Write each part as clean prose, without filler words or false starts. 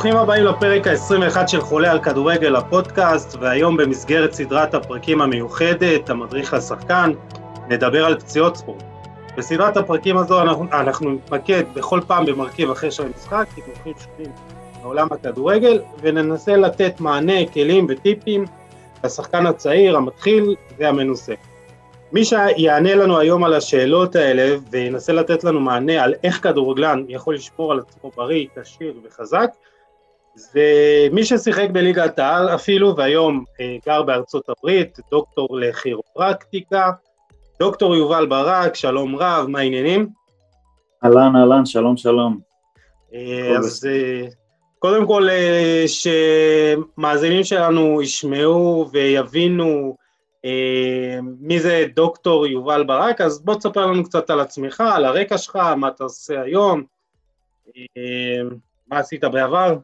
ברוכים הבאים לפרק ה-21 של חולה על כדורגל הפודקאסט, והיום במסגרת סדרת הפרקים המיוחדת, המדריך לשחקן, נדבר על פציעות ספורט. בסדרת הפרקים הזו אנחנו נתמקד בכל פעם במרכיב אחר של המשחק, תימוכים שונים בעולם הכדורגל, וננסה לתת מענה, כלים וטיפים לשחקן הצעיר, המתחיל והמנוסה. מי שיענה לנו היום על השאלות האלה וינסה לתת לנו מענה על איך כדורגלן יכול לשמור על עצמו בריא, כשיר וחזק, זה מי ששיחק בליגת העל אפילו, והיום גר בארצות הברית, דוקטור לכירופרקטיקה, דוקטור יובל ברק. שלום רב, מה העניינים? אהלן, שלום. אז קודם כל שמאזינים שלנו ישמעו ויבינו מי זה דוקטור יובל ברק, אז בוא תספר לנו קצת על עצמך, על הרקע שלך, מה אתה עושה היום, מה עשית בעבר?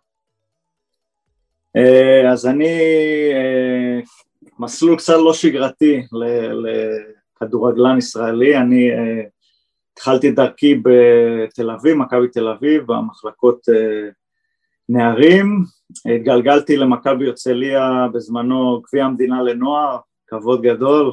אז אני מסלול קצת לא שגרתי לכדורגלן ישראלי. אני התחלתי דרכי בתל אביב, מכבי תל אביב, במחלקות נערים, התגלגלתי למכבי הרצליה בזמנו גביע המדינה לנוער, כבוד גדול.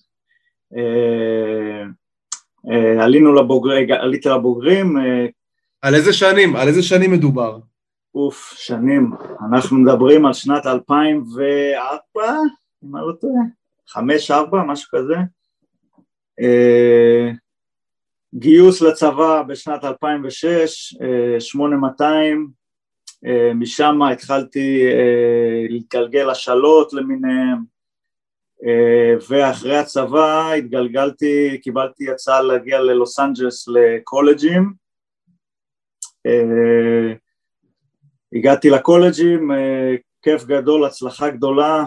עליתי לבוגרים. על איזה שנים מדובר? שנים, אנחנו מדברים על שנת 2004, אם אני לא טועה, 5-4, משהו כזה. גיוס לצבא בשנת 2006, 8200, משם התחלתי להתגלגל לשלות למיניהם, ואחרי הצבא התגלגלתי, קיבלתי הצעה להגיע ללוס אנג'לס לקולג'ים, הגעתי לקולג'ים, כיף גדול, הצלחה גדולה,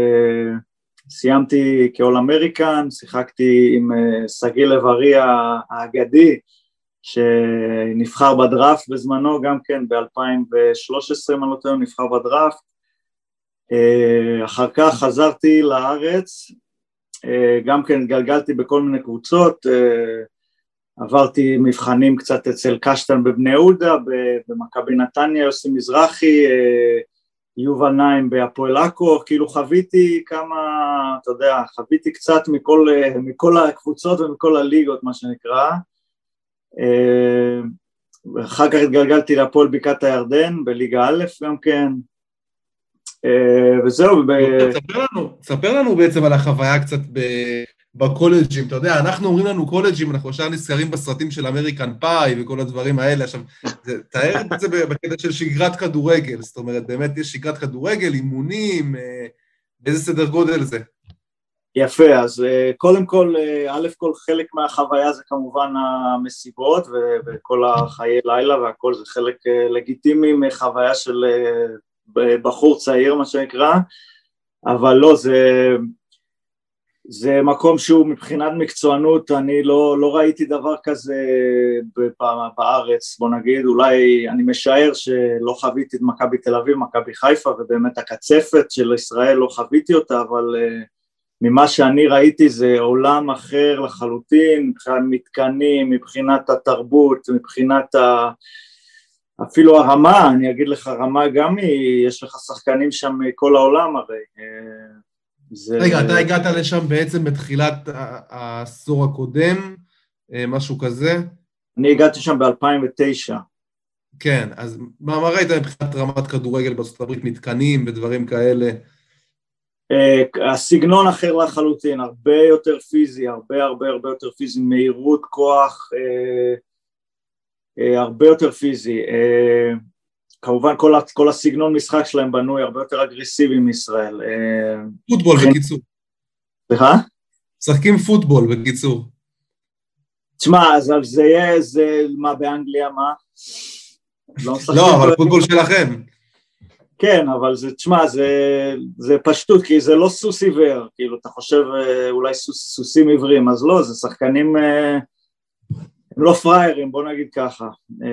סיימתי כעול אמריקן, שיחקתי עם סגי לב-ארי האגדי, שנבחר בדראפט בזמנו, גם כן ב-2013 אם אני לא טועה, נבחר בדראפט. אחר כך חזרתי לארץ, גם כן גלגלתי בכל מיני קבוצות, עברתי מבחנים קצת אצל קשטן בבני יהודה, במכבי נתניה, יוסי מזרחי, יובל נעים בהפועל עכו, כאילו חוויתי כמה, אתה יודע, חוויתי קצת מכל הקבוצות ומכל הליגות מה שנקרא. ואחר כך התגלגלתי להפועל בקעת הירדן בליגה א' גם כן, וזהו. ספר לנו בעצם על החוויה קצת בקולג'ים. אתה יודע, אנחנו אומרים לנו קולג'ים, אנחנו ישר נזכרים בסרטים של אמריקן פאי וכל הדברים האלה. עכשיו, תאר את זה בקטע של שגרת כדורגל, זאת אומרת, באמת יש שגרת כדורגל, אימונים, באיזה סדר גודל זה? יפה, אז קודם כל, א' כל חלק מהחוויה זה כמובן המסיבות וכל החיי לילה והכל, זה חלק לגיטימי מחוויה של בחור צעיר מה שנקרא, אבל לא, זה מקום שהוא מבחינת מקצוענות, אני לא ראיתי דבר כזה בארץ, בוא נגיד, אולי אני משער שלא חוויתי את מכבי תל אביב, מכבי חיפה, ובאמת הקצפת של ישראל לא חוויתי אותה, אבל ממה שאני ראיתי זה עולם אחר לחלוטין, מבחינת מתקנים, מבחינת התרבות, מבחינת אפילו הרמה, אני אגיד לך רמה גם יש לך שחקנים שם מכל העולם הרי. רגע, אתה הגעת לשם בעצם בתחילת העשור הקודם, משהו כזה? אני הגעתי שם ב-2009. כן, אז מה ראית מבחינת רמת כדורגל בארצות הברית, מתקנים ודברים כאלה? הסגנון אחר לחלוטין, הרבה יותר פיזי, הרבה יותר פיזי, מהירות, כוח, הרבה יותר פיזי. כמובן כל הסגנון משחק שלהם בנוי הרבה יותר אגרסיבי מישראל. פוטבול בקיצור. סליחה? משחקים פוטבול בקיצור. תשמע, אז זה מה באנגליה, מה? לא, אבל פוטבול שלכם. כן, אבל תשמע, זה פשטות, כי זה לא סוס עיוור, כאילו אתה חושב אולי סוסים עיוורים, אז לא, זה שחקנים, הם לא פריירים, בוא נגיד ככה.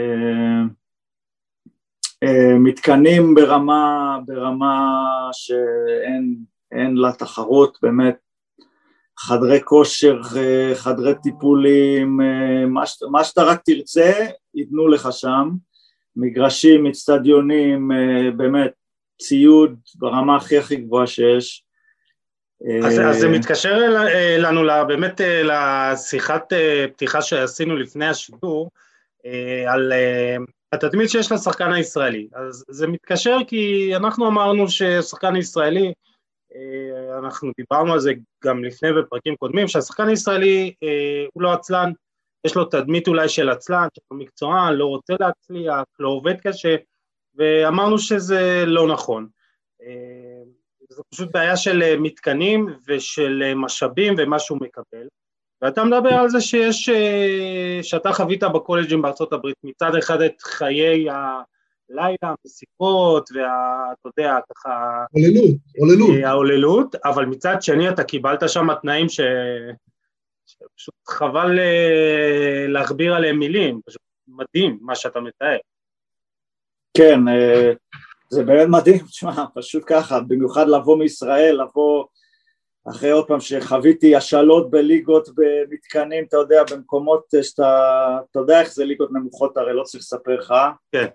מתקנים ברמה שאין לה תחרות, באמת, חדרי כושר, חדרי טיפולים, מה שאתה רק תרצה, יתנו לך שם, מגרשים, אצטדיונים, באמת, ציוד ברמה הכי גבוהה שיש. אז זה מתקשר לנו באמת לשיחת פתיחה שעשינו לפני השידור, על התדמית שיש לשחקן הישראלי. אז זה מתקשר כי אנחנו אמרנו ששחקן ישראלי, אנחנו דיברנו על זה גם לפני בפרקים קודמים, שהשחקן הישראלי הוא לא עצלן, יש לו תדמית אולי של עצלן, שהוא מקצוען, לא רוצה להצליח, לא עובד קשה, ואמרנו שזה לא נכון. זו פשוט בעיה של מתקנים ושל משאבים ומה שהוא מקבל, ואתה מדבר על זה שאתה חווית בקולג'ים בארצות הברית, מצד אחד את חיי הלילה, מסיבות, אתה יודע, ככה... העוללות, אבל מצד שני אתה קיבלת שם תנאים שפשוט חבל להכביר עליהם מילים, פשוט מדהים מה שאתה מתאר. כן, זה באמת מדהים, תשמע, פשוט ככה, במיוחד לבוא מישראל, לבוא אחרי עוד פעם שחוויתי השאלות בליגות, במתקנים, אתה יודע, במקומות אתה יודע איך זה ליגות נמוכות, הרי לא צריך לספר לך, כן.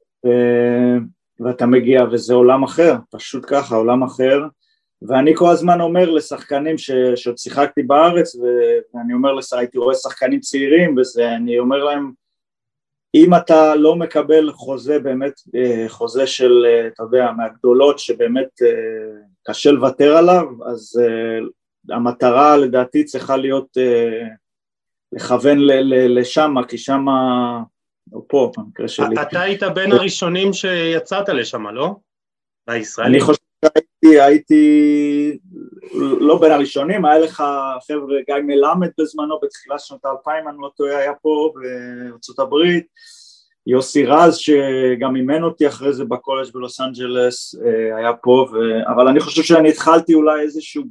ואתה מגיע וזה עולם אחר, פשוט ככה, עולם אחר, ואני כל הזמן אומר לשחקנים שעוד שיחקתי בארץ, ואני אומר הייתי רואה שחקנים צעירים, ואני אומר להם, אם אתה לא מקבל חוזה באמת, חוזה של, אתה יודע, מהגדולות שבאמת קשה לוותר עליו, אז המטרה לדעתי צריכה להיות לכוון לשם, כי שם, או פה, במקרה שלי. אתה היית בין הראשונים שיצאת לשם, לא? בישראלים. אני חושב שהייתי לא בין הראשונים, היה לך חבר'ה גיא מלמד בזמנו, בתחילה שנות 2000, אני לא טועה, היה פה בארצות הברית, יוסי רז שגם אימן אותי אחרי זה בקולג' בלוס אנג'לס, היה פה, אבל אני חושב שאני התחלתי אולי איזשהו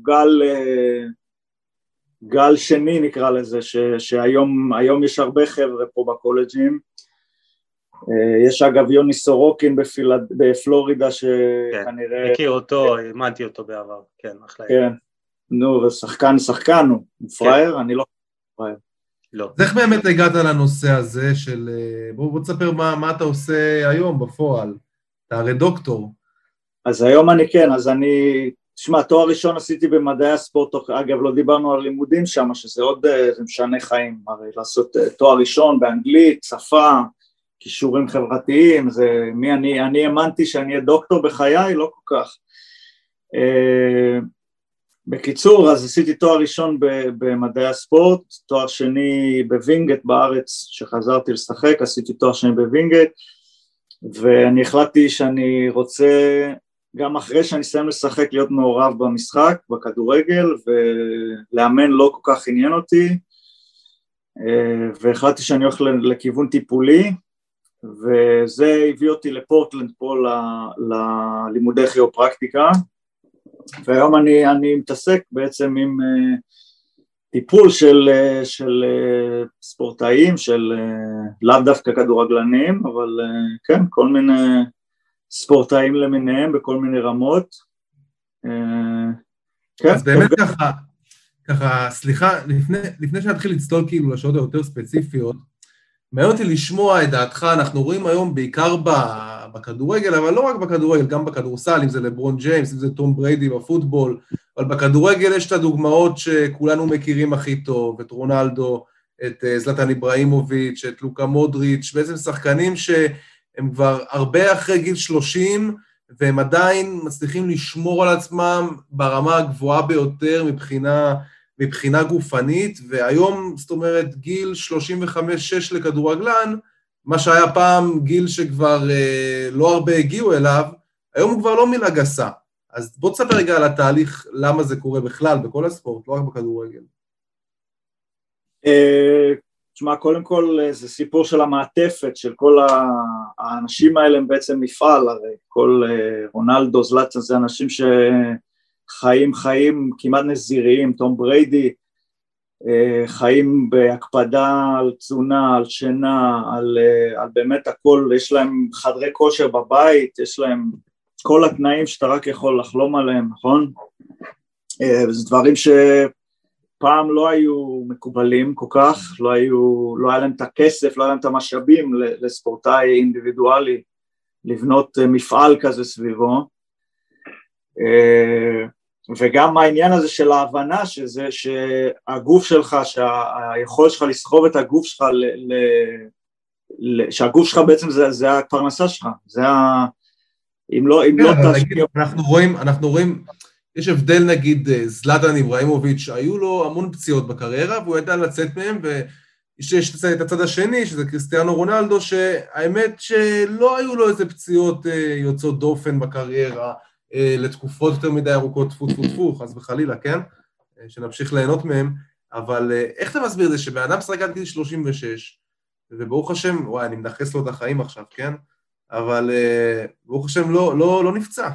גל שני נקרא לזה, שהיום יש הרבה חבר'ה פה בקולג'ים, יש אגב יוני סורוקין בפלורידה שכנראה... מכיר אותו, אימנתי אותו בעבר, כן, אחלה. כן, נו, ושחקן הוא פרייר, אני לא פרייר. לא. אז איך באמת הגעת לנושא הזה של... בוא תספר מה אתה עושה היום בפועל, אתה הרי דוקטור. אז היום אני, תשמע, תואר ראשון עשיתי במדעי הספורט, אגב לא דיברנו על לימודים שם, שזה עוד משנה חיים, הרי לעשות תואר ראשון באנגלית, שפה, כישורים חברתיים, זה מי אני האמנתי שאני אהיה דוקטור בחיי, לא כל כך. בקיצור, אז עשיתי תואר ראשון במדעי הספורט, תואר שני בווינגט בארץ, שחזרתי לשחק, עשיתי תואר שני בווינגט, ואני החלטתי שאני רוצה, גם אחרי שאני אסיים לשחק, להיות מעורב במשחק, בכדורגל, ולאמן לא כל כך עניין אותי, והחלטתי שאני הולך לכיוון טיפולי, וזה הביא אותי לפורטלנד פה ללימודי כירופרקטיקה, והיום אני מתעסק בעצם עם טיפול של ספורטאים, של לאו דווקא כדורגלנים, אבל כן, כל מיני ספורטאים למיניהם בכל מיני רמות. אז באמת ככה, סליחה, לפני שנתחיל לצלול כאילו לשעות היותר ספציפיות, מעניין אותי לשמוע את דעתך, אנחנו רואים היום בעיקר בכדורגל, אבל לא רק בכדורגל, גם בכדורסל, אם זה לברון ג'יימס, אם זה תום בריידי בפוטבול, אבל בכדורגל יש את הדוגמאות שכולנו מכירים הכי טוב, את רונלדו, את זלטן איברהימוביץ', את לוקה מודריץ', בעצם שחקנים שהם כבר הרבה אחרי גיל 30, והם עדיין מצליחים לשמור על עצמם ברמה הגבוהה ביותר מבחינה גופנית, והיום, זאת אומרת, גיל 35-6 לכדורגלן, מה שהיה פעם גיל שכבר לא הרבה הגיעו אליו, היום הוא כבר לא מילה גסה. אז בוא תספר רגע על התהליך, למה זה קורה בכלל, בכל הספורט, לא רק בכדורגל. תשמע, קודם כל זה סיפור של המעטפת, של כל האנשים האלה הם בעצם מפעל, הרי כל רונלדו, זלאטן, זה אנשים חיים כמעט נזיריים, תום בריידי, חיים בהקפדה על תזונה, על שינה, על באמת הכל, יש להם חדרי כושר בבית, יש להם כל התנאים שאתה רק יכול לחלום עליהם, נכון? וזה דברים פעם לא היו מקובלים כל כך, לא היה להם את הכסף, לא היה להם את המשאבים לספורטאי אינדיבידואלי, לבנות מפעל כזה סביבו, וגם העניין הזה של ההבנה שהגוף שלך, שהיכולת שלך לסחוב את הגוף שלך, שהגוף שלך בעצם זה הפרנסה שלך, זה אם לא תשקיע. אנחנו רואים, יש הבדל נגיד זלאטן איברהימוביץ', היו לו המון פציעות בקריירה, והוא ידע לצאת מהם, ויש את הצד השני, שזה קריסטיאנו רונלדו, שהאמת שלא היו לו איזה פציעות יוצאות דופן בקריירה, לתקופות יותר מדי ארוכות, טפו, חס וחלילה, כן? שנמשיך ליהנות מהם, אבל איך אתה מסביר זה שבאדם שחק עד גיל 36, וברוך השם, וואי, אני מנחס לו את החיים עכשיו, כן? אבל ברוך השם לא נפצע.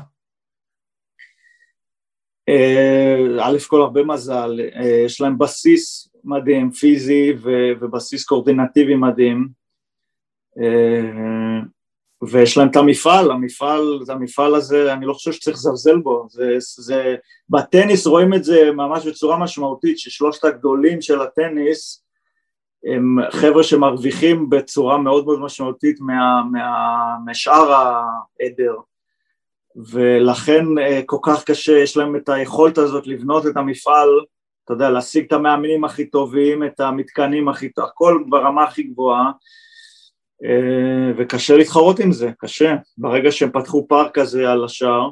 א' כל הרבה מזל, יש להם בסיס מדהים, פיזי ובסיס קורדינטיבי מדהים, ויש להם את המפעל הזה, אני לא חושב שצריך לזלזל בו, בטניס רואים את זה ממש בצורה משמעותית, ששלושת הגדולים של הטניס, הם חבר'ה שמרוויחים בצורה מאוד מאוד משמעותית משאר העדר, ולכן כל כך קשה, יש להם את היכולת הזאת לבנות את המפעל, אתה יודע, להשיג את המאמנים הכי טובים, את המתקנים הכי טובים, הכל ברמה הכי גבוהה, וקשה להתחרות עם זה, קשה, ברגע שהם פתחו פארק כזה על השער,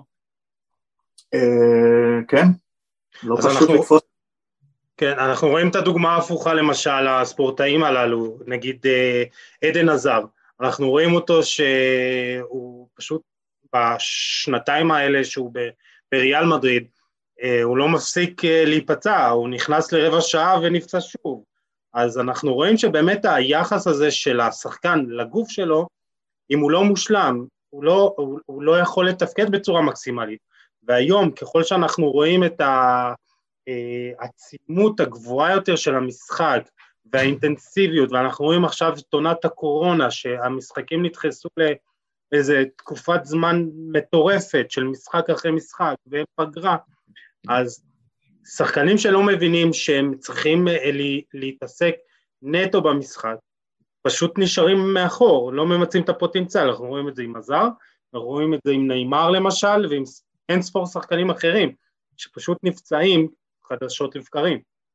כן, לא פשוט לקפוץ. כן, אנחנו רואים את הדוגמה ההפוכה למשל, הספורטאים הללו, נגיד עדן עזר, אנחנו רואים אותו שהוא פשוט בשנתיים האלה שהוא בריאל מדריד, הוא לא מפסיק להיפצע, הוא נכנס לרבע שעה ונפצע שוב, אז אנחנו רואים שבאמת היחס הזה של השחקן לגוף שלו, אם הוא לא מושלם, הוא לא יכול לתפקד בצורה מקסימלית, והיום ככל שאנחנו רואים את העצימות הגבוהה יותר של המשחק, והאינטנסיביות, ואנחנו רואים עכשיו את עונת הקורונה, שהמשחקים נדחסו לאיזו תקופת זמן מטורפת, של משחק אחרי משחק, ופגרה, אז שחקנים שלא מבינים שהם צריכים להתעסק נטו במשחק, פשוט נשארים מאחור, לא ממצים את הפוטנציאל, אנחנו רואים את זה עם עזר, אנחנו רואים את זה עם ניימר למשל, ועם אין ספור שחקנים אחרים, שפשוט נפצעים חדשות לבקרים.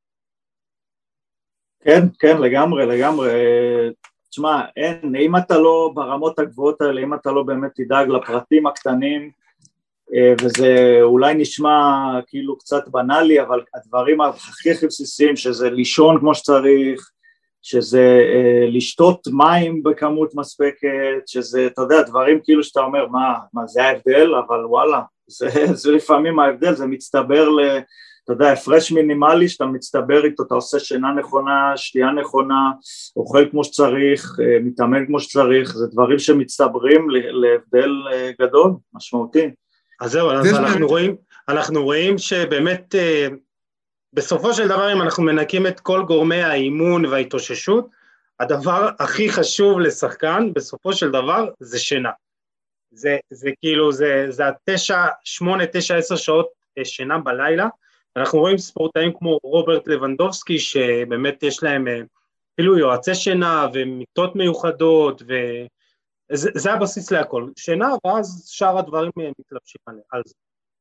כן, לגמרי, תשמע, אם אתה לא ברמות הגבוהות האלה, אם אתה לא באמת תדאג לפרטים הקטנים, וזה אולי נשמע כאילו קצת בנאלי, אבל הדברים הכי בסיסיים, שזה לישון כמו שצריך, שזה לשתות מים בכמות מספקת, שזה, אתה יודע, דברים כאילו שאתה אומר, מה זה ההבדל, אבל וואלה, זה לפעמים ההבדל, זה מצטבר אתה יודע, הפרש מינימלי שאתה מצטבר איתו, אתה עושה שינה נכונה, שתייה נכונה, אוכל כמו שצריך, מתאמן כמו שצריך, זה דברים שמצטברים להבדל גדול, משמעותי. אז זהו, אז אנחנו רואים שבאמת בסופו של דבר, אם אנחנו מנקים את כל גורמי האימון וההתאוששות, הדבר הכי חשוב לשחקן בסופו של דבר זה שינה. זה כאילו, זה 8, 9, 10 שעות שינה בלילה. אנחנו רואים ספורטאים כמו רוברט לבנדובסקי, שבאמת יש להם כאילו יועצי שינה ומיטות מיוחדות, וזה הבסיס להכל. שינה, ואז שאר הדברים מתלבשים על זה.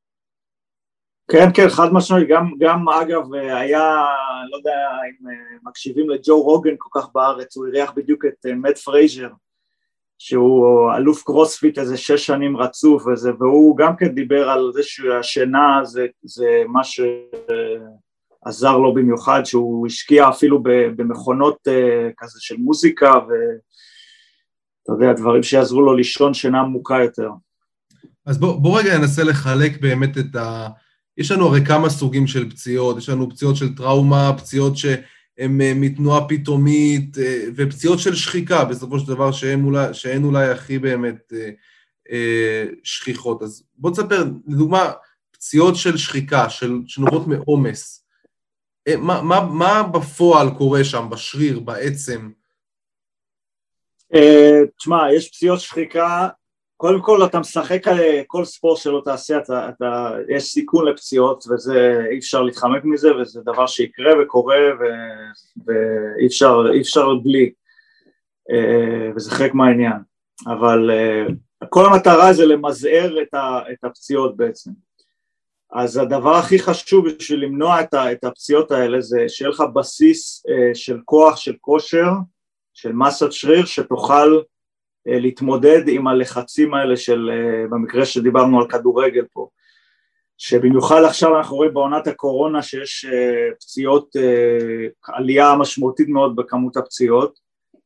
כן, חד משמעית, גם אגב היה, לא יודע אם מקשיבים לג'ו רוגן כל כך בארץ, הוא הריח בדיוק את מאט פרייזר, שהוא אלוף קרוספיט איזה 6 שנים רצוף וזה, והוא גם כן דיבר על זה שהשינה זה מה שעזר לו במיוחד, שהוא השקיע אפילו במכונות כזה של מוזיקה, ואתה יודע, דברים שיעזרו לו לישון שינה עמוקה יותר. אז בוא רגע ננסה לחלק באמת יש לנו הרי כמה סוגים של פציעות, יש לנו פציעות של טראומה, פציעות שהן מתנועה פתאומית, ופציעות של שחיקה, בסופו של דבר שהן אולי הכי באמת שכיחות. אז בוא תספר, לדוגמה, פציעות של שחיקה, שנובעות מעומס. מה בפועל קורה שם, בשריר, בעצם? תשמע, יש פציעות שחיקה קודם כל אתה משחק כל ספורט שלא תעשה, יש סיכון לפציעות, וזה אי אפשר להתחמק מזה, וזה דבר שיקרה וקורה, ואי אפשר בלי, וזה חלק מהעניין, אבל כל המטרה זה למזער את הפציעות בעצם. אז הדבר הכי חשוב בשביל למנוע את הפציעות האלה, זה שיהיה לך בסיס של כוח, של כושר, של מסת שריר, שתוכל להתמודד עם הלחצים האלה של, במקרה שדיברנו על כדורגל פה, שבמיוחד עכשיו אנחנו רואים בעונת הקורונה שיש פציעות, עלייה משמעותית מאוד בכמות הפציעות,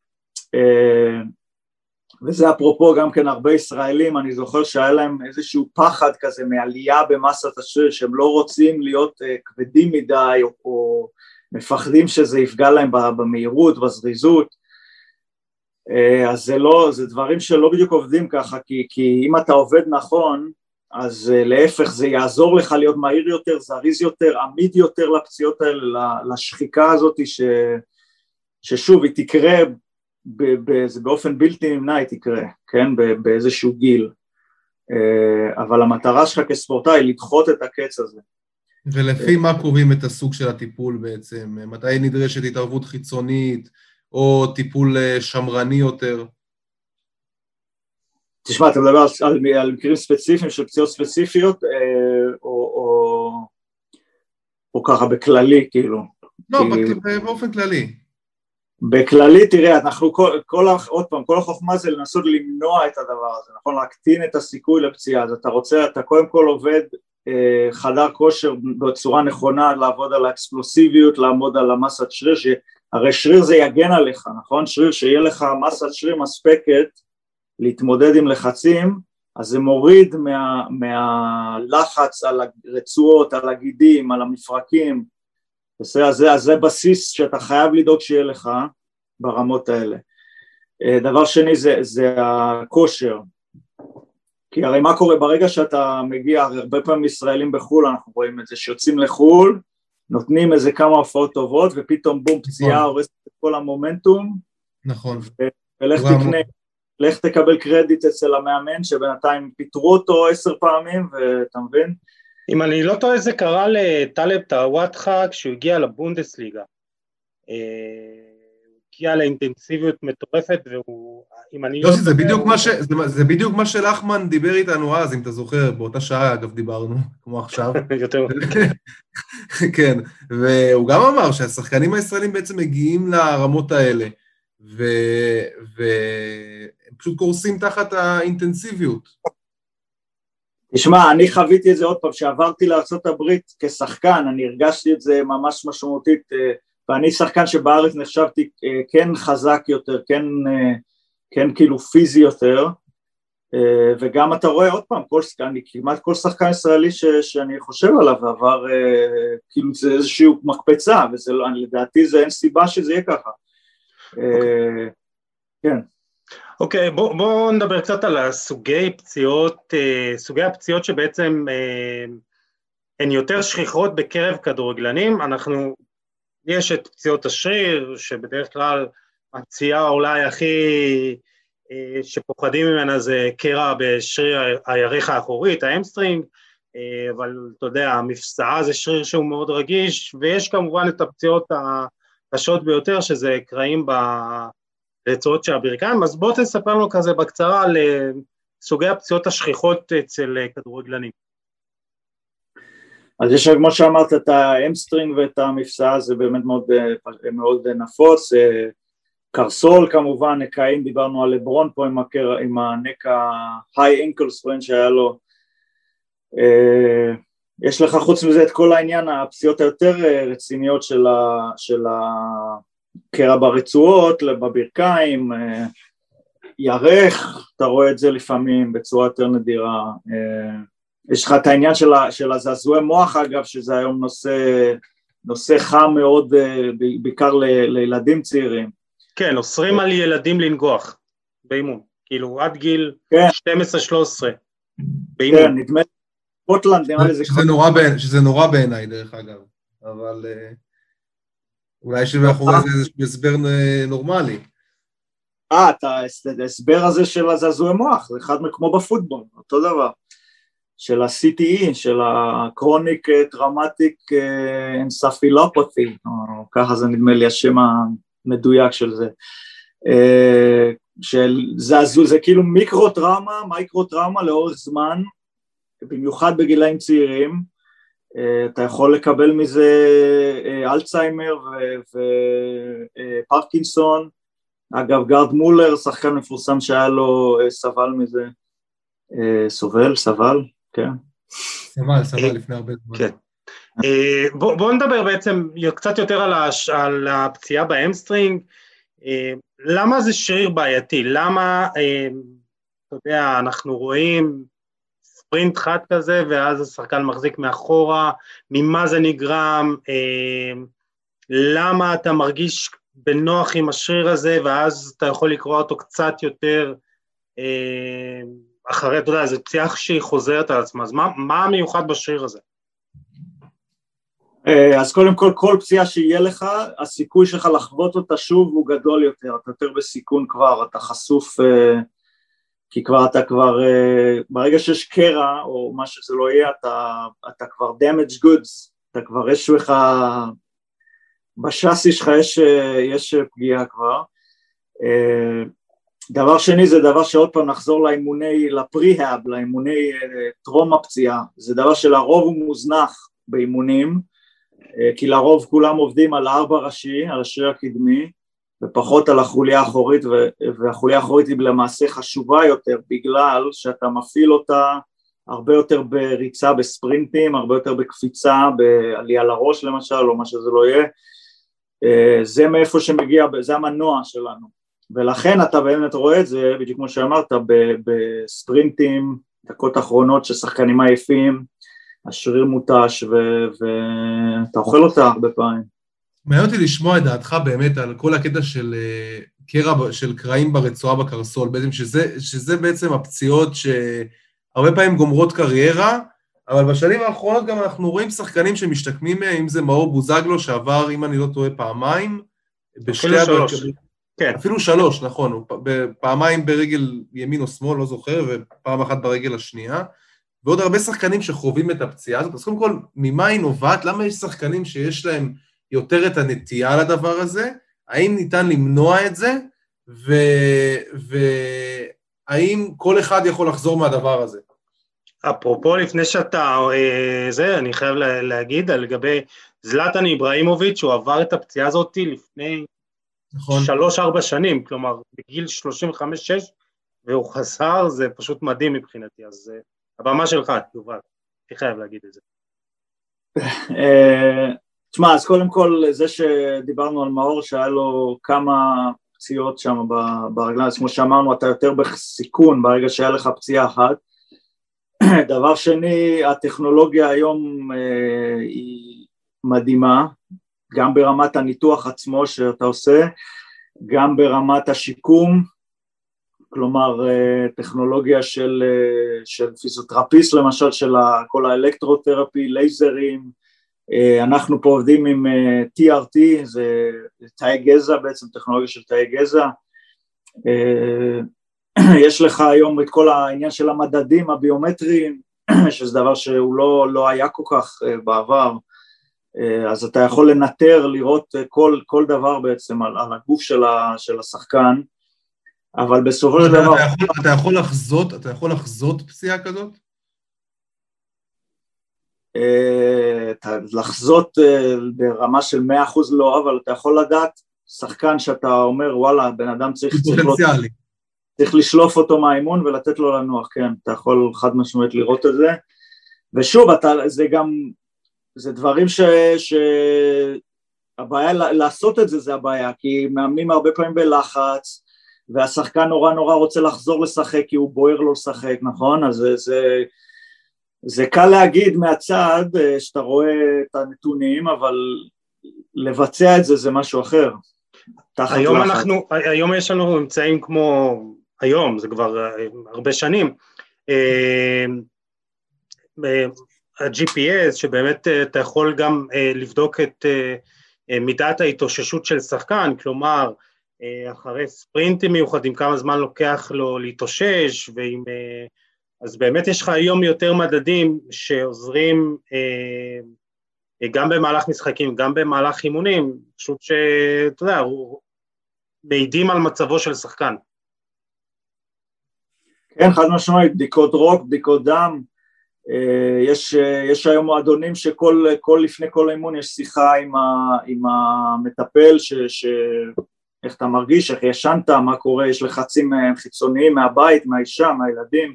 וזה אפרופו גם כן הרבה ישראלים, אני זוכר שהיה להם איזשהו פחד כזה מעלייה במסת השריר, שהם לא רוצים להיות כבדים מדי, או מפחדים שזה יפגע להם במהירות, בזריזות, אז זה דברים שלא בדיוק עובדים ככה, כי אם אתה עובד נכון, אז להפך זה יעזור לך להיות מהיר יותר, זריז יותר, עמיד יותר לפציעות האלה, לשחיקה הזאת ששוב היא תקרה, זה באופן בלתי נמנע היא תקרה, כן, באיזשהו גיל, אבל המטרה שלך כספורטאי היא לדחות את הקץ הזה. ולפי מה קובעים את הסוג של הטיפול בעצם? מתי נדרשת התערבות חיצונית, או טיפול שמרני יותר? תשמע, אתה מדבר על מקרים ספציפיים של פציעות ספציפיות, או ככה בכללי, כאילו? לא, באופן כללי. בכללי, תראה, אנחנו עוד פעם, כל החוכמה זה לנסות למנוע את הדבר הזה, נכון? להקטין את הסיכוי לפציעה, אז אתה קודם כל עובד חדר כושר בצורה נכונה, לעבוד על האקספלוסיביות, לעמוד על המסת שריר, הרי שריר זה יגן עליך, נכון? שריר שיהיה לך מסת שריר מספקת להתמודד עם לחצים, אז זה מוריד מהלחץ על הרצועות, על הגידים, על המפרקים, אז זה בסיס שאתה חייב לדאוג שיהיה לך ברמות האלה. דבר שני זה הכושר, כי הרי מה קורה ברגע שאתה מגיע, הרבה פעמים ישראלים בחול, אנחנו רואים את זה, שיוצאים לחול, נותנים איזה כמה הופעות טובות, ופתאום בום, פציעה הורסת את כל המומנטום. נכון. ולך תקבל קרדיט אצל המאמן, שבינתיים פיתרו אותו 10 פעמים, ואתה מבין? אם אני לא טועה, זה קרה לטלב טאוואטחה, כשהוא הגיע לבונדסליגה. הוא הגיע לאינטנסיביות מטורפת, והוא, אם אני לא... זה בדיוק מה שלחמן דיבר איתנו אז, אם אתה זוכר, באותה שעה אגב דיברנו, כמו עכשיו. יותר. כן, והוא גם אמר שהשחקנים הישראלים בעצם מגיעים לרמות האלה, והם פשוט קורסים תחת האינטנסיביות. תשמע, אני חוויתי את זה עוד פעם, שעברתי לארצות הברית כשחקן, אני הרגשתי את זה ממש משמעותית, ואני שחקן שבארץ נחשבתי כן חזק יותר, כן כאילו פיזי יותר, וגם אתה רואה עוד פעם, כמעט כל שחקן ישראלי שאני חושב עליו, עבר כאילו זה איזשהו מקפצה, לדעתי אין סיבה שזה יהיה ככה. כן. אוקיי, בואו נדבר קצת על סוגי הפציעות שבעצם הן יותר שכיחות בקרב כדורגלנים. יש את פציעות השריר, שבדרך כלל הפציעה אולי הכי שפוחדים ממנה זה קרע בשריר הירך האחורית, האמסטרינג, אבל אתה יודע, המפסעה זה שריר שהוא מאוד רגיש, ויש כמובן את הפציעות הקשות ביותר, שזה קרעים ברצועות של הברכיים. אז בוא תספר לנו כזה בקצרה על סוגי הפציעות השכיחות אצל כדורגלנים. אז יש כמו שאמרת את האמסטרינג ואת המפסעה, זה באמת מאוד נפוץ, קרסול כמובן, נקעים, דיברנו על לברון פה עם הנקע high ankle sprain שהיה לו, יש לך חוץ מזה את כל העניין, הפציעות היותר רציניות של הקרע ברצועות, בברכיים, ירך, אתה רואה את זה לפעמים בצורה יותר נדירה, יש לך את העניין של הזעזועי מוח אגב, שזה היום נושא חם מאוד, בעיקר לילדים צעירים. כן, אוסרים על ילדים לנגוח באימון, כאילו עד גיל 12-13 באימון. כן, נדמה פוטלנד, נראה לי זה שזה נורא בעיניי דרך אגב, אבל אולי שמאחורי זה איזשהו הסבר נורמלי. את ההסבר הזה של הזעזועי מוח, זה אחד כמו בפוטבול, אותו דבר, של ה-CTE, של ה-Chronic Traumatic Encephalopathy, או ככה זה נדמה לי השם המדויק של זה, זה כאילו מיקרו-טראומה, מייקרו-טראומה לאורך זמן, במיוחד בגילאים צעירים, אתה יכול לקבל מזה אלצהיימר ופרקינסון, אגב גארד מולר, שחקן מפורסם שהיה לו סבל מזה, סבל, כן. סבל לפני הרבה זמן. כן. בואו נדבר בעצם קצת יותר על הפציעה באמסטרינג, למה זה שריר בעייתי? למה, אתה יודע, אנחנו רואים ספרינט חד כזה, ואז השחקן מחזיק מאחורה, ממה זה נגרם, למה אתה מרגיש בנוח עם השריר הזה, ואז אתה יכול לקרוא אותו קצת יותר, אחרי, אתה יודע, זו פציעה שהיא חוזרת על עצמה, אז מה המיוחד בשריר הזה? אז קודם כל פציעה שיהיה לך, הסיכוי שלך לחוות אותה שוב הוא גדול יותר, אתה יותר בסיכון כבר, אתה חשוף, כי אתה כבר, ברגע שיש קרע או מה שזה לא יהיה, אתה כבר damage goods, אתה כבר יש לך, בשאסי שלך יש פגיעה כבר. דבר שני זה דבר שעוד פעם נחזור לפרי-האב, לאימוני טרום הפציעה, זה דבר שלרוב הוא מוזנח באימונים, כי לרוב כולם עובדים על 4 ראשי, על השריר הקדמי, ופחות על החוליה האחורית, והחוליה האחורית היא למעשה חשובה יותר, בגלל שאתה מפעיל אותה הרבה יותר בריצה בספרינטים, הרבה יותר בקפיצה, בעלייה לראש למשל, או מה שזה לא יהיה, זה מאיפה שמגיע, זה המנוע שלנו, ולכן אתה באמת רואה את זה, בדיוק כמו שאמרת, בספרינטים, דקות אחרונות ששחקנים עייפים, השריר מוטש ואתה אוכל אותה הרבה פעמים. מעניין אותי לשמוע את דעתך באמת על כל הקטע של קרע של קרעים ברצועה בקרסול, בעצם שזה בעצם הפציעות שהרבה פעמים גומרות קריירה, אבל בשנים האחרונות גם אנחנו רואים שחקנים שמשתקמים מהם, אם זה מאור בוזגלו שעבר, אם אני לא טועה, פעמיים, אפילו 3. כן. אפילו 3, נכון, פעמיים ברגל ימין או שמאל, לא זוכר, ופעם אחת ברגל השנייה, ועוד הרבה שחקנים שחווים את הפציעה הזאת, אז קודם כל, ממה היא נובעת? למה יש שחקנים שיש להם יותר את הנטייה לדבר הזה? האם ניתן למנוע את זה? והאם כל אחד יכול לחזור מהדבר הזה? אפרופו, לפני שאתה, אני חייב להגיד, לגבי זלטן איברהימוביץ', הוא עבר את הפציעה הזאת לפני 3-4 שנים, כלומר, בגיל 35-6, והוא חזר, זה פשוט מדהים מבחינתי, אז הבמה שלך, יובל, אני חייב להגיד את זה. תשמע, אז קודם כל, זה שדיברנו על מאור, שהיה לו כמה פציעות שם ברגליים, אז כמו שאמרנו, אתה יותר בסיכון ברגע שהיה לך פציעה אחת. דבר שני, הטכנולוגיה היום היא מדהימה, גם ברמת הניתוח עצמו שאתה עושה, גם ברמת השיקום, כלומר טכנולוגיה של פיזיותרפיסט למשל, של כל האלקטרותרפי, לייזרים, אנחנו פה עובדים עם TRT, זה תאי גזע בעצם, טכנולוגיה של תאי גזע, יש לך היום את כל העניין של המדדים הביומטריים, שזה דבר שהוא לא היה כל כך בעבר, אז אתה יכול לנטר, לראות כל דבר בעצם על הגוף של השחקן, אבל בסופו של דבר... אתה יכול לחזות פציעה כזאת? לחזות ברמה של 100% לא, אבל אתה יכול לדעת שחקן שאתה אומר, וואלה, בן אדם צריך לשלוף אותו מהאימון ולתת לו לנוח, כן, אתה יכול חד משמעית לראות את זה, ושוב, זה גם, זה דברים הבעיה לעשות את זה, זה הבעיה, כי מאמנים הרבה פעמים בלחץ, והשחקן נורא רוצה לחזור לשחק, כי הוא בוער לו לשחק, נכון? אז זה קל להגיד מהצד, שאתה רואה את הנתונים, אבל לבצע את זה זה משהו אחר. היום יש לנו אמצעים כמו, היום, זה כבר הרבה שנים, ה-GPS, שבאמת אתה יכול גם לבדוק את מידת ההתאוששות של שחקן, כלומר, אחרי ספרינטים מיוחדים, כמה זמן לוקח לו להתאושש, אז באמת יש לך היום יותר מדדים שעוזרים גם במהלך משחקים, גם במהלך אימונים, פשוט שאתה יודע, מעידים על מצבו של שחקן. כן, חד משמעית, בדיקות רוק, בדיקות דם, יש היום מועדונים לפני כל האימון יש שיחה עם המטפל, איך אתה מרגיש, איך ישנת, מה קורה, יש לחצים חיצוניים מהבית, מהאישה, מהילדים,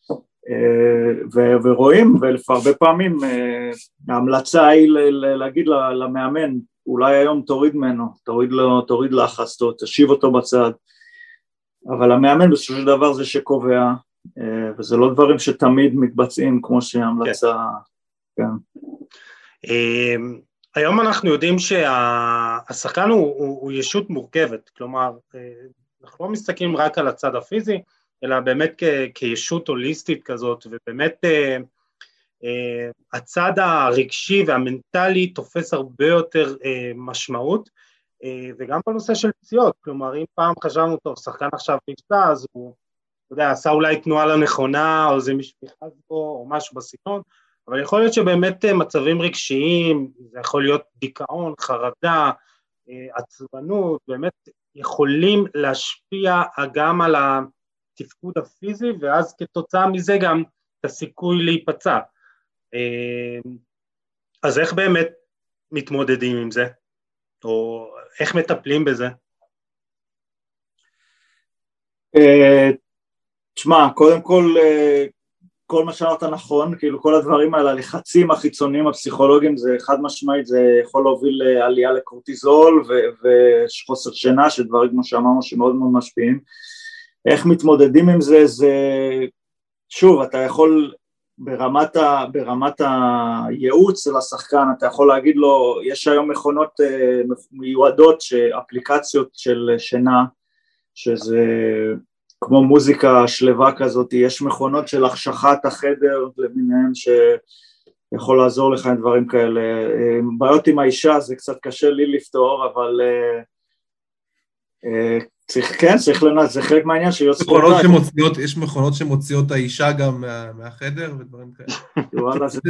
ורואים, והרבה פעמים ההמלצה היא להגיד למאמן, אולי היום תוריד ממנו, תוריד לחץ, תשיב אותו בצד, אבל המאמן בסופו של דבר זה שקובע, וזה לא דברים שתמיד מתבצעים כמו שההמלצה, כן. היום אנחנו יודעים שהשחקן הוא ישות מורכבת, כלומר, אנחנו לא מסתכלים רק על הצד הפיזי, אלא באמת כישות הוליסטית כזאת, ובאמת הצד הרגשי והמנטלי תופס הרבה יותר משמעות, וגם בנושא של פציעות, כלומר, אם פעם חשבנו, טוב, שחקן עכשיו נפצע, אז הוא, אתה יודע, עשה אולי תנועה לנכונה, או זה משפיחז בו, או משהו בסגנון, אבל יכול להיות שבאמת מצבים רגשיים, זה יכול להיות דיכאון, חרדה, עצבנות, באמת יכולים להשפיע גם על התפקוד הפיזי, ואז כתוצאה מזה גם את הסיכוי להיפצע. אז איך באמת מתמודדים עם זה? או איך מטפלים בזה? תשמע, קודם כל מה שאמרת נכון, כאילו כל הדברים האלה, הלחצים החיצוניים הפסיכולוגיים, זה חד משמעית, זה יכול להוביל לעלייה לקורטיזול וחוסר שינה, שדברים כמו שאמרנו שמאוד מאוד משפיעים. איך מתמודדים עם זה? זה שוב, אתה יכול ברמת הייעוץ של השחקן, אתה יכול להגיד לו, יש היום מכונות מיועדות, אפליקציות של שינה, שזה כמו מוזיקה שלווה כזאת, יש מכונות של החשכת החדר למיניהם שיכול לעזור לך עם דברים כאלה. בעיות עם האישה זה קצת קשה לי לפתור, אבל צריך לנעת, זה חלק מהעניין שיוצא יש מכונות שמוציאות האישה גם מהחדר ודברים כאלה. וואלה, זה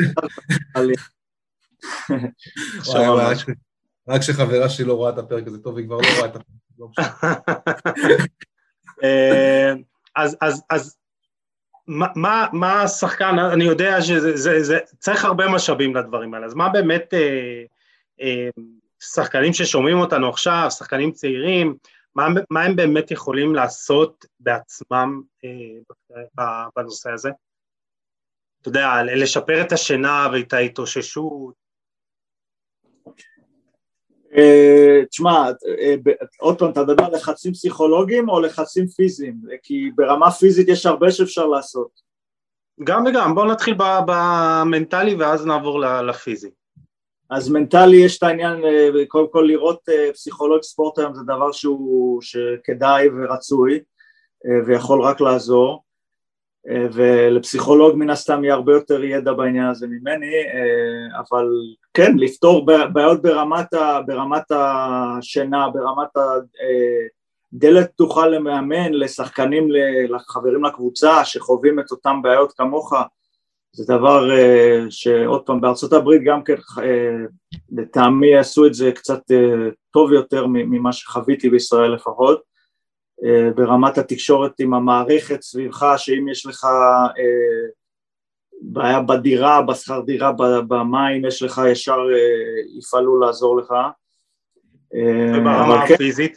רק שחברה שלי לא רואה את הפרק הזה, טוב, היא כבר לא רואה את הפרק. אז מה השחקן, אני יודע שזה צריך הרבה משאבים לדברים האלה, אז מה באמת שחקנים ששומעים אותנו עכשיו, שחקנים צעירים, מה הם באמת יכולים לעשות בעצמם בנושא הזה? אתה יודע, לשפר את השינה ואת ההתאוששות? תשמע, עוד פעם, אתה מדבר על לחצים פסיכולוגיים או לחצים פיזיים? כי ברמה פיזית יש הרבה שאפשר לעשות. גם וגם, בואו נתחיל במנטלי ואז נעבור לפיזי. אז מנטלי יש את העניין, קודם כל לראות פסיכולוג ספורט היום זה דבר שכדאי ורצוי ויכול רק לעזור, ולפסיכולוג מן הסתם יהיה הרבה יותר ידע בעניין הזה ממני, אבל כן, לפתור בעיות ברמת השינה, ברמת דלת פתוחה למאמן, לשחקנים, לחברים לקבוצה שחווים את אותם בעיות כמוך, זה דבר שעוד פעם בארצות הברית גם כן לטעמי יעשו את זה קצת טוב יותר ממה שחוויתי בישראל לפחות, ברמת התקשורת עם המערכת סביבך, שאם יש לך בעיה בדירה, בשכר דירה, במים, יש לך ישר יפעלו לעזור לך. וברמה הפיזית?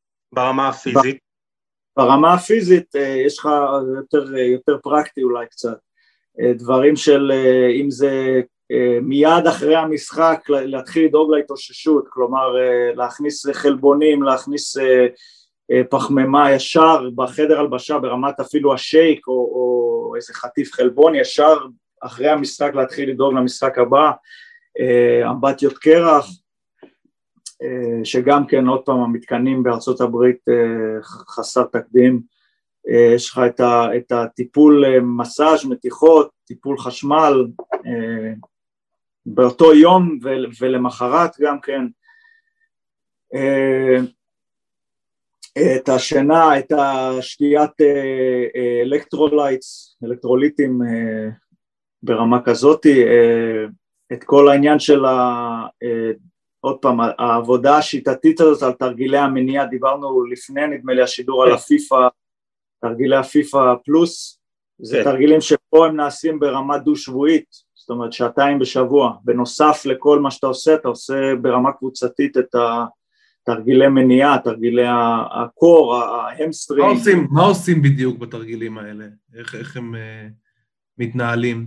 ברמה הפיזית יש לך יותר פרקטי אולי קצת. דברים של אם זה מיד אחרי המשחק להתחיל לדאוג להתאוששות, כלומר להכניס חלבונים, להכניס פחמימה ישר בחדר הלבשה ברמת אפילו השייק או איזה חטיף חלבון ישר אחרי המשחק להתחיל לדאוג למשחק הבא, אמבטיות קרח, שגם כן עוד פעם המתקנים בארצות הברית חסר תקדים, יש לך את הטיפול מסאז' מתיחות, טיפול חשמל באותו יום ולמחרת גם כן, את השינה, את השתיית אלקטרוליטים ברמה כזאת, את כל העניין של עוד פעם, העבודה השיטתית הזאת על תרגילי המניעה, דיברנו לפני, נדמה לי השידור על הפיפה, תרגילי הפיפה פלוס, זה תרגילים שפה הם נעשים ברמה דו-שבועית, זאת אומרת 2 בשבוע, בנוסף לכל מה שאתה עושה ברמה קבוצתית את תרגילי מניעה, תרגילי הקור, ההמסטרינג. מה עושים בדיוק בתרגילים האלה? איך הם מתנהלים?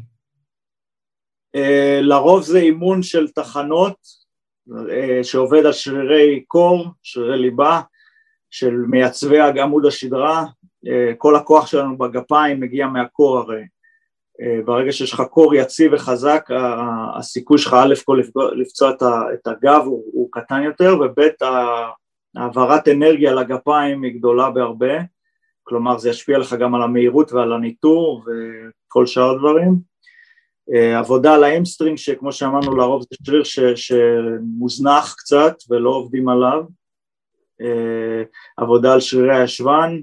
לרוב זה אימון של תחנות, שעובד על שרירי קור, שרירי ליבה, של מייצבי עמוד השדרה, כל הכוח שלנו בגפיים מגיע מהקור הרי, ברגע שיש לך קור יציב וחזק, הסיכוי שלך א' כל לפצוע את הגב הוא קטן יותר, וב' העברת אנרגיה לגפיים היא גדולה בהרבה, כלומר זה ישפיע לך גם על המהירות ועל הניטור וכל שאר הדברים. עבודה על האמסטרינג שכמו שאמרנו לרוב זה שריר שמוזנח קצת ולא עובדים עליו, עבודה על שרירי הישבן,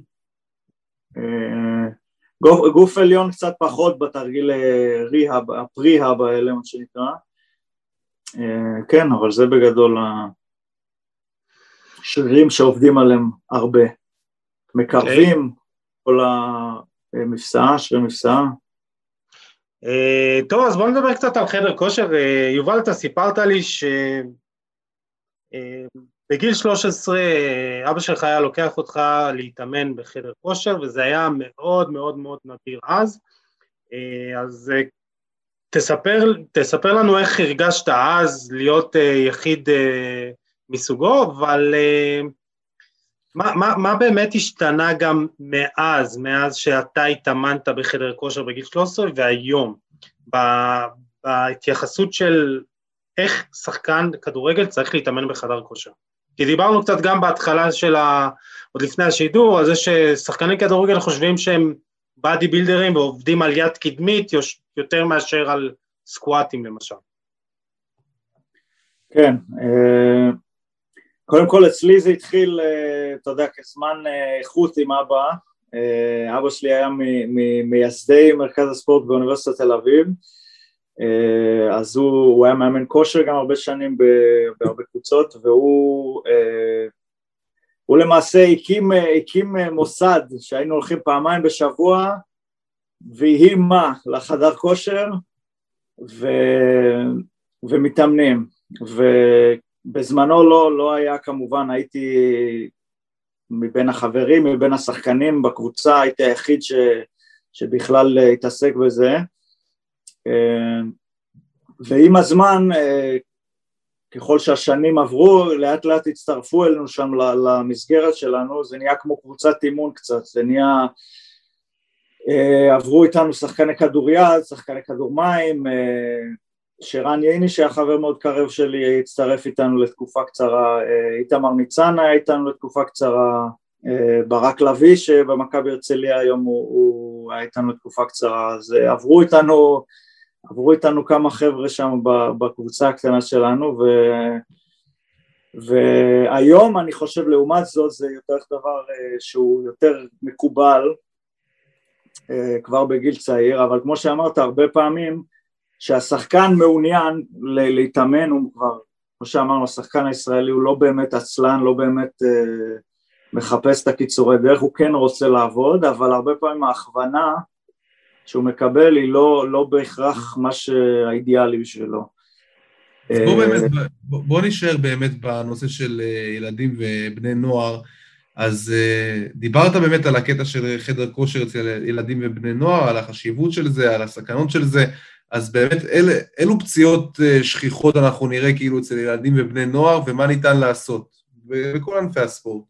גוף עליון קצת פחות בתרגיל ריהאב, הפריהאב האלה מה שנקרא, כן, אבל זה בגדול השרירים שעובדים עליהם הרבה, מקרבים, כל המפסעה, שרירי מפסעה. טוב, אז בוא נדבר קצת על חדר כושר. יובל, אתה סיפרת לי שבגיל 13 אבא שלך היה לוקח אותך להתאמן בחדר כושר, וזה היה מאוד מאוד מאוד נדיר אז. אז תספר לנו איך הרגשת אז להיות יחיד מסוגו, אבל מה באמת השתנה גם מאז שאתה התאמנת בחדר כושר בגיל 13 והיום, בהתייחסות של איך שחקן כדורגל צריך להתאמן בחדר כושר? כי דיברנו קצת גם בהתחלה עוד לפני השידור, על זה ששחקני כדורגל חושבים שהם באדי בילדרים ועובדים על יד קדמית יותר מאשר על סקואטים למשל. כן, קודם כל אצלי זה התחיל, אתה יודע, כזמן איכות עם אבא, אבא שלי היה מייסדי מרכז הספורט באוניברסיטת תל אביב, אז הוא היה מאמן כושר גם הרבה שנים בהרבה קבוצות, והוא למעשה הקים מוסד שהיינו הולכים 2 בשבוע, ויהי מה לחדר כושר ומתאמנים, בזמנו לא היה כמובן, הייתי מבין החברים, מבין השחקנים בקבוצה, הייתי היחיד שבכלל התעסק בזה, ועם הזמן, ככל שהשנים עברו, לאט לאט הצטרפו אלינו שם למסגרת שלנו, זה נהיה כמו קבוצת אימון קצת, זה נהיה, עברו איתנו שחקני כדוריד, שחקני כדור מים, שרן ייני שהיה חבר מאוד קרב שלי הצטרף איתנו לתקופה קצרה, איתמר ניצן היה איתנו לתקופה קצרה, ברק לוי שבמכבי הרצליה היום הוא היה איתנו לתקופה קצרה, אז עברו איתנו כמה חבר'ה שם בקבוצה הקטנה שלנו, והיום אני חושב לעומת זאת זה יותר דבר שהוא יותר מקובל כבר בגיל צעיר, אבל כמו שאמרת הרבה פעמים שהשחקן מעוניין להתאמן, הוא כבר, כמו שאמרנו, השחקן הישראלי הוא לא באמת עצלן, לא באמת מחפש את הקיצורי דרך, הוא כן רוצה לעבוד, אבל הרבה פעמים ההכוונה שהוא מקבל היא לא בהכרח מה שהאידיאלי בשבילו. אז בוא נשאר באמת בנושא של ילדים ובני נוער, אז דיברת באמת על הקטע של חדר כושר אצל ילדים ובני נוער, על החשיבות של זה, על הסכנות של זה, אז באמת אילו פציעות שכיחות אנחנו נראה כאילו אצל ילדים ובני נוער, ומה ניתן לעשות בכל ענפי הספורט?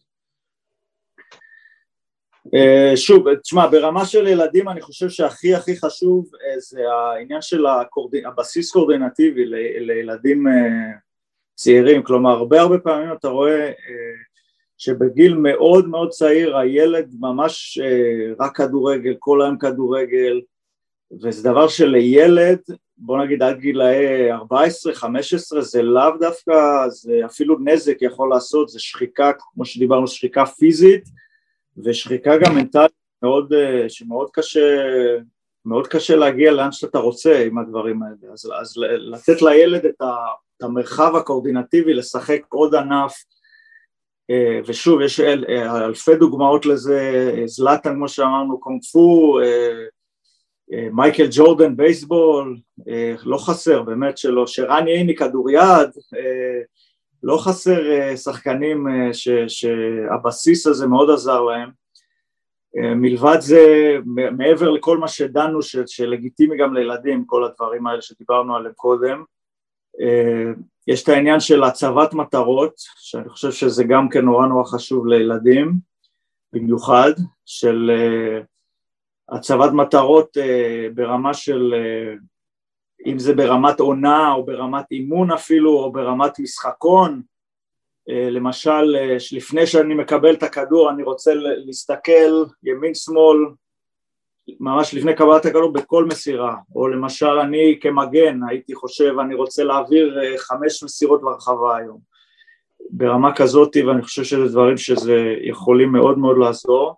שוב, תשמע, ברמה של ילדים אני חושב שהכי חשוב זה העניין של הבסיס קורדינטיבי לילדים צעירים, כלומר הרבה פעמים אתה רואה שבגיל מאוד מאוד צעיר הילד ממש רק כדורגל, כל היום כדורגל, וזה דבר שלילד בוא נגיד עד גילאי 14-15 זה לאו דווקא, זה אפילו נזק יכול לעשות, זה שחיקה, כמו שדיברנו, שחיקה פיזית, ושחיקה גם מנטלית, שמאוד קשה להגיע לאן שאתה רוצה עם הדברים האלה, אז לתת לילד את המרחב הקואורדינטיבי, לשחק עוד ענף, ושוב יש אלפי דוגמאות לזה, זלאטן כמו שאמרנו, קונג פו, מייקל ג'ורדן בייסבול, לא חסר באמת שלא, שרני עיני כדוריד, לא חסר שחקנים שהבסיס הזה מאוד עזר להם, מלבד זה, מעבר לכל מה שדנו שלגיטימי גם לילדים, כל הדברים האלה שדיברנו עליהם קודם, יש את העניין של הצבת מטרות, שאני חושב שזה גם כן נורא חשוב לילדים, במיוחד של הצבת מטרות ברמה של, אם זה ברמת עונה או ברמת אימון אפילו, או ברמת משחקון, למשל, לפני שאני מקבל את הכדור, אני רוצה להסתכל ימין שמאל, ממש לפני קבלת הכדור בכל מסירה, או למשל אני כמגן, הייתי חושב, אני רוצה להעביר 5 מסירות לרחבה היום, ברמה כזאת, ואני חושב שזה דברים שזה יכולים מאוד מאוד לעזור,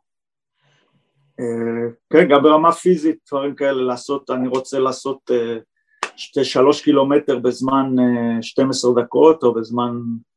כן, גם ברמה פיזית, דברים כאלה לעשות, אני רוצה לעשות 3 קילומטר בזמן 12 דקות, או בזמן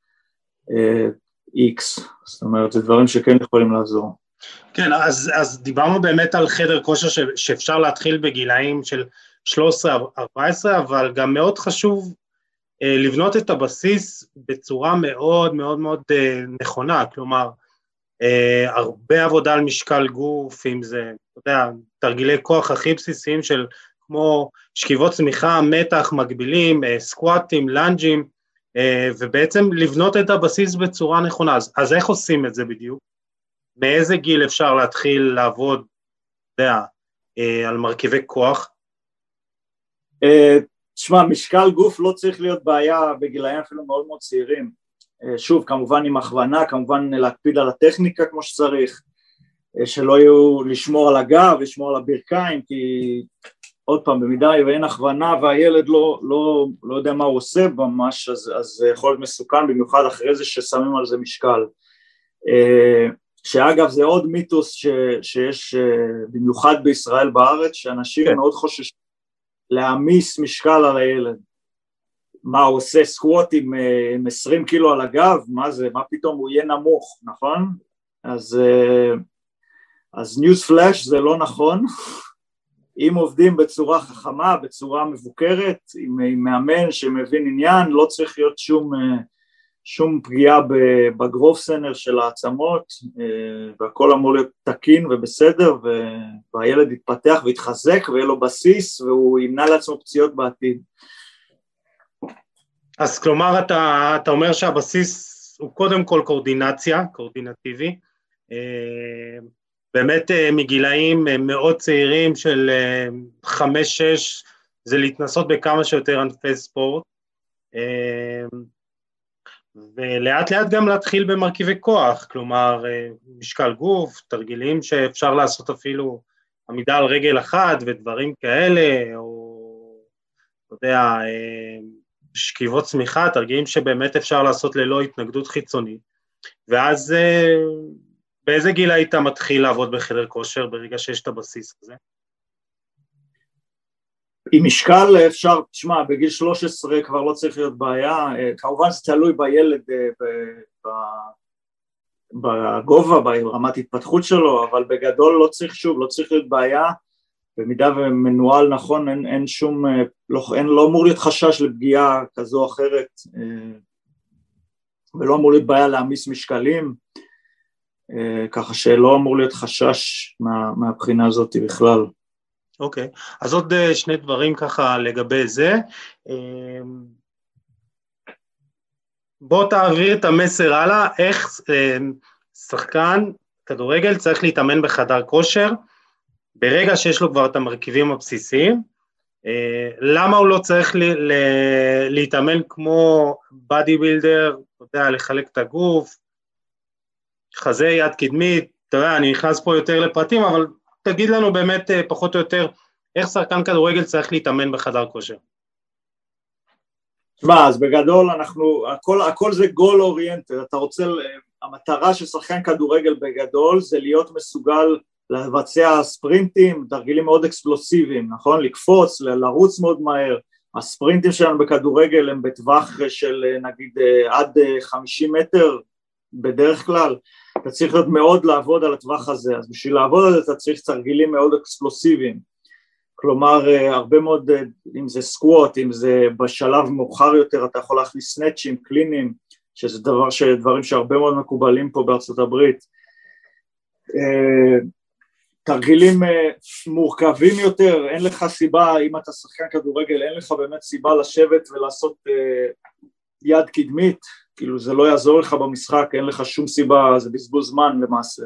X, זאת אומרת, זה דברים שכן יכולים לעזור. כן, אז דיברנו באמת על חדר כושר שאפשר להתחיל בגילאים של 13-14, אבל גם מאוד חשוב לבנות את הבסיס בצורה מאוד מאוד מאוד נכונה, כלומר, הרבה עבודה על משקל גוף, אם זה, אתה יודע, תרגילי כוח הכי בסיסיים של כמו שכיבות צמיחה, מתח, מגבילים, סקואטים, לנג'ים, ובעצם לבנות את הבסיס בצורה נכונה. אז איך עושים את זה בדיוק? מאיזה גיל אפשר להתחיל לעבוד, אתה יודע, על מרכיבי כוח? תשמע, משקל גוף לא צריך להיות בעיה בגילאים אפילו מאוד מאוד צעירים. שוב, כמובן עם הכוונה, כמובן להקפיד על הטכניקה כמו שצריך, שלא יהיו לשמור על הגב, לשמור על הברכיים, כי עוד פעם, במידה ואין הכוונה והילד לא יודע מה הוא עושה ממש, אז זה יכול להיות מסוכן, במיוחד אחרי זה ששמים על זה משקל. שאגב זה עוד מיתוס שיש במיוחד בישראל בארץ, שאנשים מאוד חוששים להעמיס משקל על הילד. מה הוא עושה סקווט עם 20 קילו על הגב, מה זה, מה פתאום הוא יהיה נמוך, נכון? אז ניוז פלאש זה לא נכון, אם עובדים בצורה חכמה, בצורה מבוקרת, עם מאמן שמבין עניין, לא צריך להיות שום פגיעה בגרוב סנר של העצמות, והכל אמור להיות תקין ובסדר, והילד יתפתח ויתחזק ויהיה לו בסיס, והוא ימנע לעצמו פציעות בעתיד. אז כלומר אתה אומר שהבסיס הוא קודם כל קואורדינטיבי, באמת מגילאים מאוד צעירים של 5-6, זה להתנסות בכמה שיותר ענפי ספורט, ולאט לאט גם להתחיל במרכיבי כוח, כלומר משקל גוף, תרגילים שאפשר לעשות אפילו עמידה על רגל אחת ודברים כאלה, או אתה יודע, שכיבות צמיחה, תרגילים שבאמת אפשר לעשות ללא התנגדות חיצונית, ואז באיזה גיל היית מתחיל לעבוד בחדר כושר ברגע שיש את הבסיס הזה? עם משקל אפשר, תשמע, בגיל 13 כבר לא צריך להיות בעיה, כמובן זה תלוי בילד בגובה, ברמת התפתחות שלו, אבל בגדול לא צריך להיות בעיה, במידה ומנוהל נכון, אין שום, לא אמור להיות חשש לפגיעה כזו או אחרת, ולא אמור להיות בעיה להעמיס משקלים, ככה שלא אמור להיות חשש מהבחינה הזאת בכלל. אוקיי, אז עוד 2 דברים ככה לגבי זה. בוא תעביר את המסר הלאה, איך שחקן כדורגל צריך להתאמן בחדר כושר, ברגע שיש לו כבר את המרכיבים הבסיסיים, למה הוא לא צריך להתאמן כמו בדי בילדר, אתה יודע, לחלק את הגוף, חזה יד קדמית, אתה יודע, אני נכנס פה יותר לפרטים, אבל תגיד לנו באמת פחות או יותר, איך שחקן כדורגל צריך להתאמן בחדר כושר? תשמע, אז בגדול הכל זה גול אוריינטד, אתה רוצה, המטרה של שחקן כדורגל בגדול זה להיות מסוגל לבצע ספרינטים, תרגילים מאוד אקספלוסיביים, נכון? לקפוץ, לרוץ מאוד מהר, הספרינטים שלנו בכדורגל הם בטווח של נגיד עד 50 מטר בדרך כלל, אתה צריך להיות מאוד לעבוד על הטווח הזה, אז בשביל לעבוד על זה אתה צריך תרגילים מאוד אקספלוסיביים, כלומר הרבה מאוד, אם זה סקווט, אם זה בשלב מאוחר יותר אתה יכול להכניס סנאצ'ים, קלינים, שזה דברים שהרבה מאוד מקובלים פה בארצות הברית, תרגילים מורכבים יותר, אין לך סיבה, אם אתה שחקן כדורגל, אין לך באמת סיבה לשבת ולעשות יד קדמית, כאילו זה לא יעזור לך במשחק, אין לך שום סיבה, זה בזבוז זמן למעשה.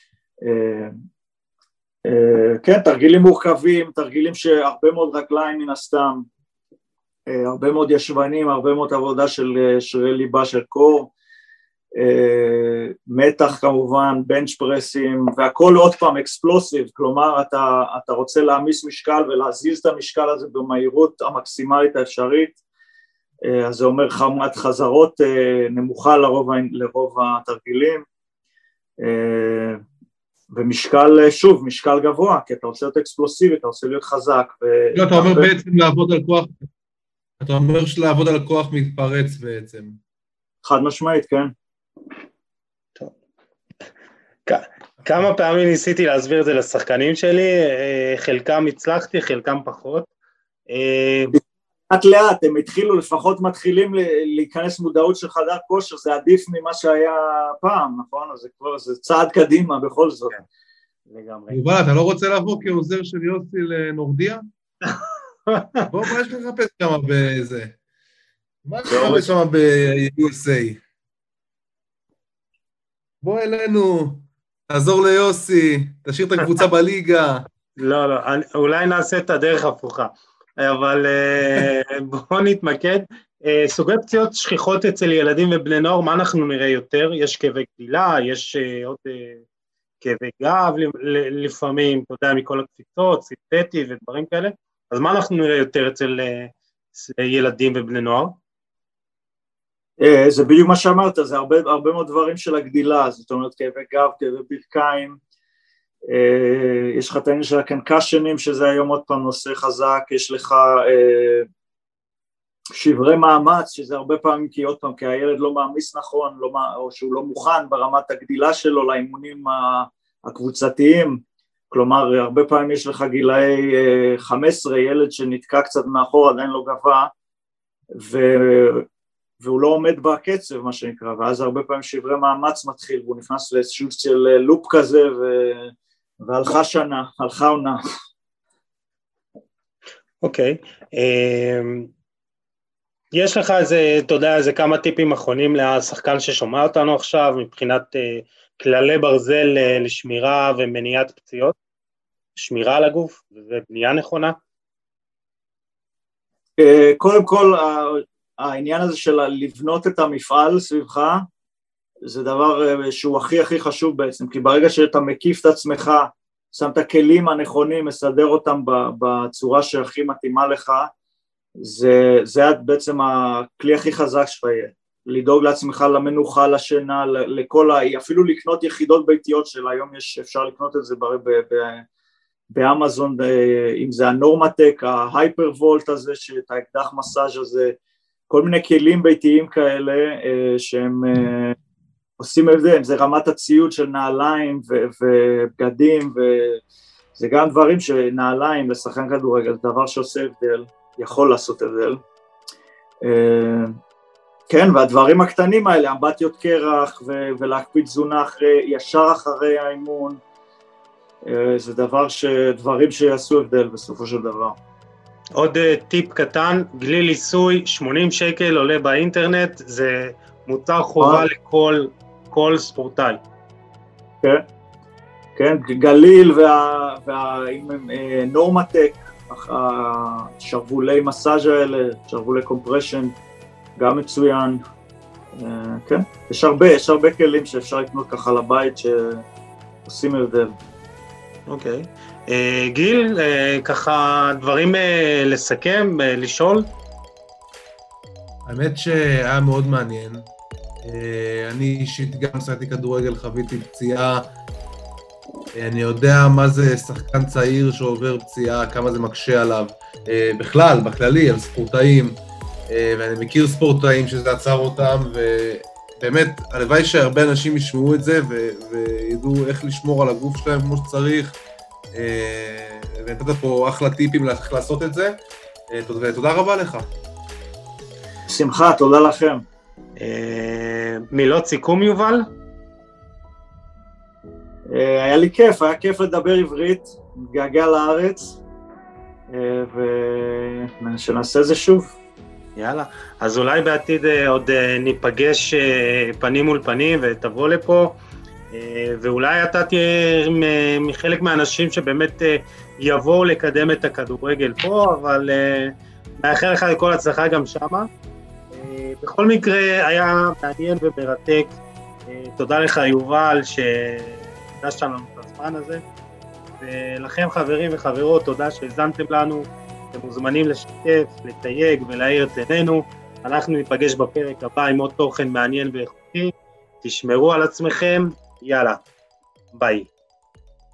כן, תרגילים מורכבים, תרגילים שהרבה מאוד רגליים מן הסתם, הרבה מאוד ישבנים, הרבה מאוד עבודה של שרירי ליבה של קור, מתח כמובן, בנץ' פרסים, והכל עוד פעם אקספלוסיב, כלומר אתה רוצה להעמיס משקל ולהזיז את המשקל הזה במהירות המקסימלית האפשרית, אז זה אומר חמת חזרות נמוכה לרוב התרגילים, ומשקל, שוב, משקל גבוה, כי אתה רוצה להיות אקספלוסיבי, אתה רוצה להיות חזק. לא, אתה אומר בעצם לעבוד על כוח, אתה אומר לעבוד על כוח מתפרץ בעצם. חד משמעית, כן. טוב. כמה פעמים ניסיתי להסביר את זה לשחקנים שלי, חלקם הצלחתי, חלקם פחות. לאט לאט, הם התחילו, לפחות מתחילים להיכנס מודעות של חדר כושר, זה עדיף ממה שהיה פעם, נכון? אז זה צעד קדימה בכל זאת. לגמרי. יובל, אתה לא רוצה לבוא כעוזר של יוסי לנורדיה? בוא, מה יש לך לחפש שם בזה? מה יש לך לחפש שם ב-USA? בוא אלינו, תעזור ליוסי, תשאיר את הקבוצה בליגה. לא, אולי נעשה את הדרך הפוכה. אבל בואו נתמקד, סוגי פציעות שכיחות אצל ילדים ובני נוער, מה אנחנו נראה יותר? יש כאבי גדילה, יש עוד כאבי גב לפעמים, אתה יודע, מכל הקפיצות, סינתטי ודברים כאלה, אז מה אנחנו נראה יותר אצל ילדים ובני נוער? זה בדיוק מה שאמרת, זה הרבה מאוד דברים של הגדילה, זאת אומרת כאבי גב, כאבי ברכיים, יש לך את העניין של הקנקשנים שזה היום עוד פעם נושא חזק, יש לך שברי מאמץ שזה הרבה פעמים כי עוד פעם כי הילד לא מאמיס נכון או שהוא לא מוכן ברמת הגדילה שלו לאימונים הקבוצתיים, כלומר הרבה פעמים יש לך גילאי 15 ילד שנתקע קצת מאחור עדיין לא גבה והוא לא עומד בקצב מה שנקרא, ואז הרבה פעמים שברי מאמץ מתחיל והוא נכנס לאיזשהו של לופ כזה והלכה שנה, הלכה עונה. אוקיי. יש לך איזה, אתה יודע, איזה כמה טיפים אחרונים לשחקן ששומע אותנו עכשיו, מבחינת כללי ברזל לשמירה ומניעת פציעות? שמירה על הגוף ובנייה נכונה? קודם כל, העניין הזה של לבנות את המפעל סביבך, זה דבר שהוא הכי הכי חשוב בעצם, כי ברגע שאתה מקיף את עצמך, שם את הכלים הנכונים, מסדר אותם בצורה שהכי מתאימה לך, זה בעצם הכלי הכי חזק שלך יהיה, לדאוג לעצמך למנוחה, לשינה, אפילו לקנות יחידות ביתיות של היום אפשר לקנות את זה באמזון, אם זה הנורמטק, ההייפר וולט הזה, את האקדח מסאז' הזה, כל מיני כלים ביתיים כאלה שהם עושים הבדל, זה רמת הציוד של נעליים ובגדים, וזה גם דברים שנעליים לשחקן כדורגל, זה דבר שעושה הבדל, יכול לעשות הבדל. כן, והדברים הקטנים האלה, אמבטיות קרח ולהקפיד תזונה ישר אחרי האימון, זה דברים שיעשו הבדל בסופו של דבר. עוד טיפ קטן, גליל עיסוי, 80 שקל עולה באינטרנט, זה מוצר חובה לכל ספורטאי. כן, כן, גליל והנורמטק, השרוולי מסאז' האלה, שרוולי קומפרשן, גם מצוין, כן, יש הרבה כלים שאפשר לקנות ככה לבית שעושים הבדל. אוקיי. גיל, ככה דברים לסכם, לשאול? האמת שהיה מאוד מעניין. אני אישית גם שחקתי כדורגל, חוויתי פציעה. אני יודע מה זה שחקן צעיר שעובר פציעה, כמה זה מקשה עליו. בכלל, בכללי, על ספורטאים. ואני מכיר ספורטאים שזה עצר אותם, ובאמת, הלוואי שהרבה אנשים ישמעו את זה, וידעו איך לשמור על הגוף שלהם כמו שצריך. ונתת פה אחלה טיפים איך לעשות את זה. ותודה רבה לך. שמחה, תודה לכם. מילות סיכום, יובל? היה לי כיף, היה כיף לדבר עברית, מתגעגע לארץ, ושנעשה זה שוב. יאללה, אז אולי בעתיד עוד ניפגש פנים מול פנים ותבוא לפה, ואולי אתה תהיה מחלק מהאנשים שבאמת יבואו לקדם את הכדורגל פה, אבל מאחל לך לכל הצלחה גם שמה. בכל מקרה היה מעניין ומרתק. תודה לך יובל שהקדשת לנו את הזמן הזה, ולכם חברים וחברות תודה שהזמתם לנו. אתם מוזמנים לשתף, לתייג ולהאיר את עינינו. אנחנו ניפגש בפרק הבא עם עוד תוכן מעניין ואיכותי. תשמרו על עצמכם, יאללה, ביי.